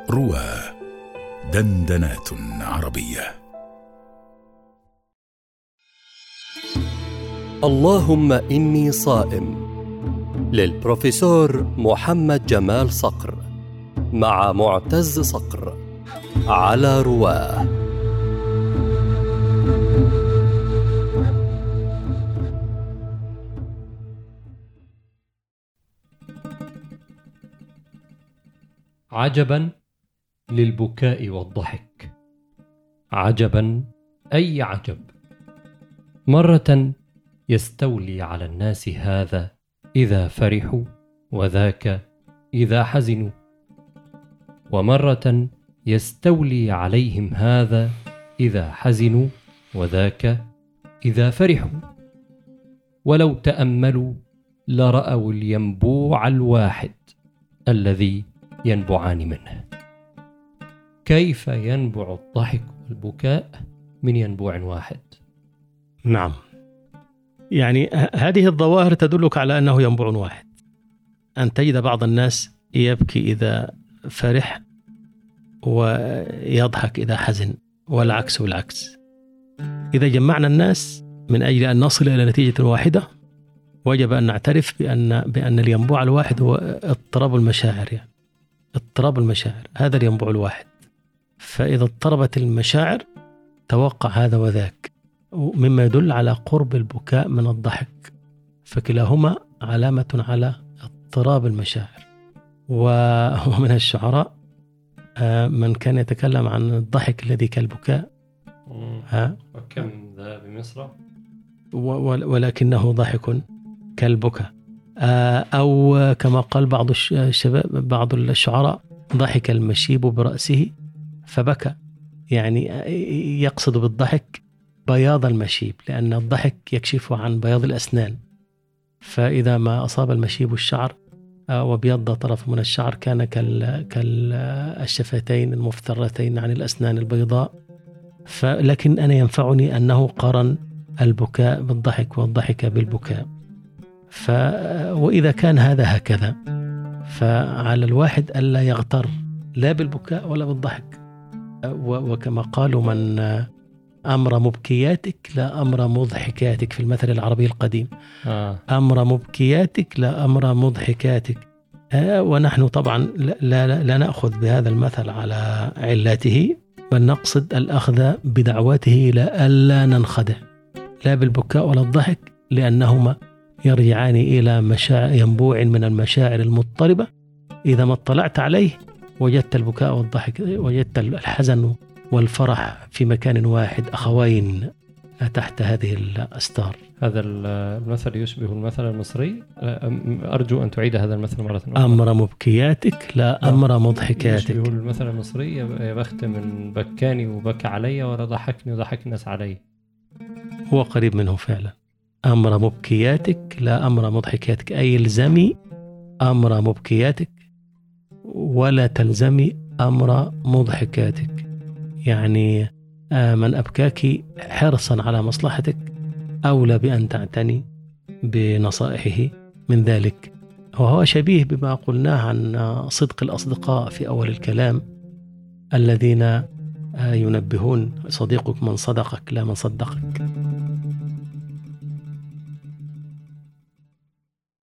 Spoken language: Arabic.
روى دندنات عربية. اللهم إني صائم، للبروفيسور محمد جمال صقر مع معتز صقر على رواه. عجبا للبكاء والضحك، عجبا أي عجب. مرة يستولي على الناس هذا إذا فرحوا وذاك إذا حزنوا، ومرة يستولي عليهم هذا إذا حزنوا وذاك إذا فرحوا. ولو تأملوا لرأوا الينبوع الواحد الذي ينبعان منه. كيف ينبع الضحك والبكاء من ينبوع واحد؟ نعم، يعني هذه الظواهر تدلك على أنه ينبوع واحد. أن تجد بعض الناس يبكي إذا فرح ويضحك إذا حزن، والعكس والعكس. إذا جمعنا الناس من أجل أن نصل إلى نتيجة واحدة، وجب أن نعترف بأن الينبوع الواحد هو اضطراب المشاعر. يعني اضطراب المشاعر هذا الينبوع الواحد. فإذا اضطربت المشاعر توقع هذا وذاك، مما يدل على قرب البكاء من الضحك، فكلاهما علامة على اضطراب المشاعر. ومن الشعراء من كان يتكلم عن الضحك الذي كالبكاء، وكم ذا بمصر ولكنه ضحك كالبكاء. أو كما قال بعض الشباب، بعض الشعراء: ضحك المشيب برأسه فبكى. يعني يقصد بالضحك بياض المشيب، لأن الضحك يكشف عن بياض الأسنان، فإذا ما أصاب المشيب الشعر وبيض طرف من الشعر كان كالشفتين المفترتين عن الأسنان البيضاء. لكن أنا ينفعني أنه قارن البكاء بالضحك والضحك بالبكاء. وإذا كان هذا هكذا، فعلى الواحد ألا يغتر لا بالبكاء ولا بالضحك. وكما قالوا: من أمر مبكياتك لا أمر مضحكاتك، في المثل العربي القديم. أمر مبكياتك لا أمر مضحكاتك. ونحن طبعا لا نأخذ بهذا المثل على علته، بل نقصد الأخذ بدعوته إلى ألا ننخدع لا بالبكاء ولا الضحك، لأنهما يرجعان إلى ينبوع من المشاعر المضطربة. إذا ما اطلعت عليه وجدت البكاء والضحك، وجدت الحزن والفرح في مكان واحد، أخوين تحت هذه الأستار. هذا المثل يشبه المثل المصري. أرجو أن تعيد هذا المثل مرة أخرى. أمر مبكياتك لا أمر مضحكاتك. يشبه المثل المصري: يا بخت من بكاني وبكى علي، ولا ضحكني وضحك الناس علي. هو قريب منه فعلا. أمر مبكياتك لا أمر مضحكاتك، أي الزمي أمر مبكياتك ولا تلزمي أمر مضحكاتك. يعني من أبكاك حرصا على مصلحتك أولى بأن تعتني بنصائحه من ذلك. وهو شبيه بما قلناه عن صدق الأصدقاء في أول الكلام، الذين ينبهون: صديقك من صدقك لا من صدقك.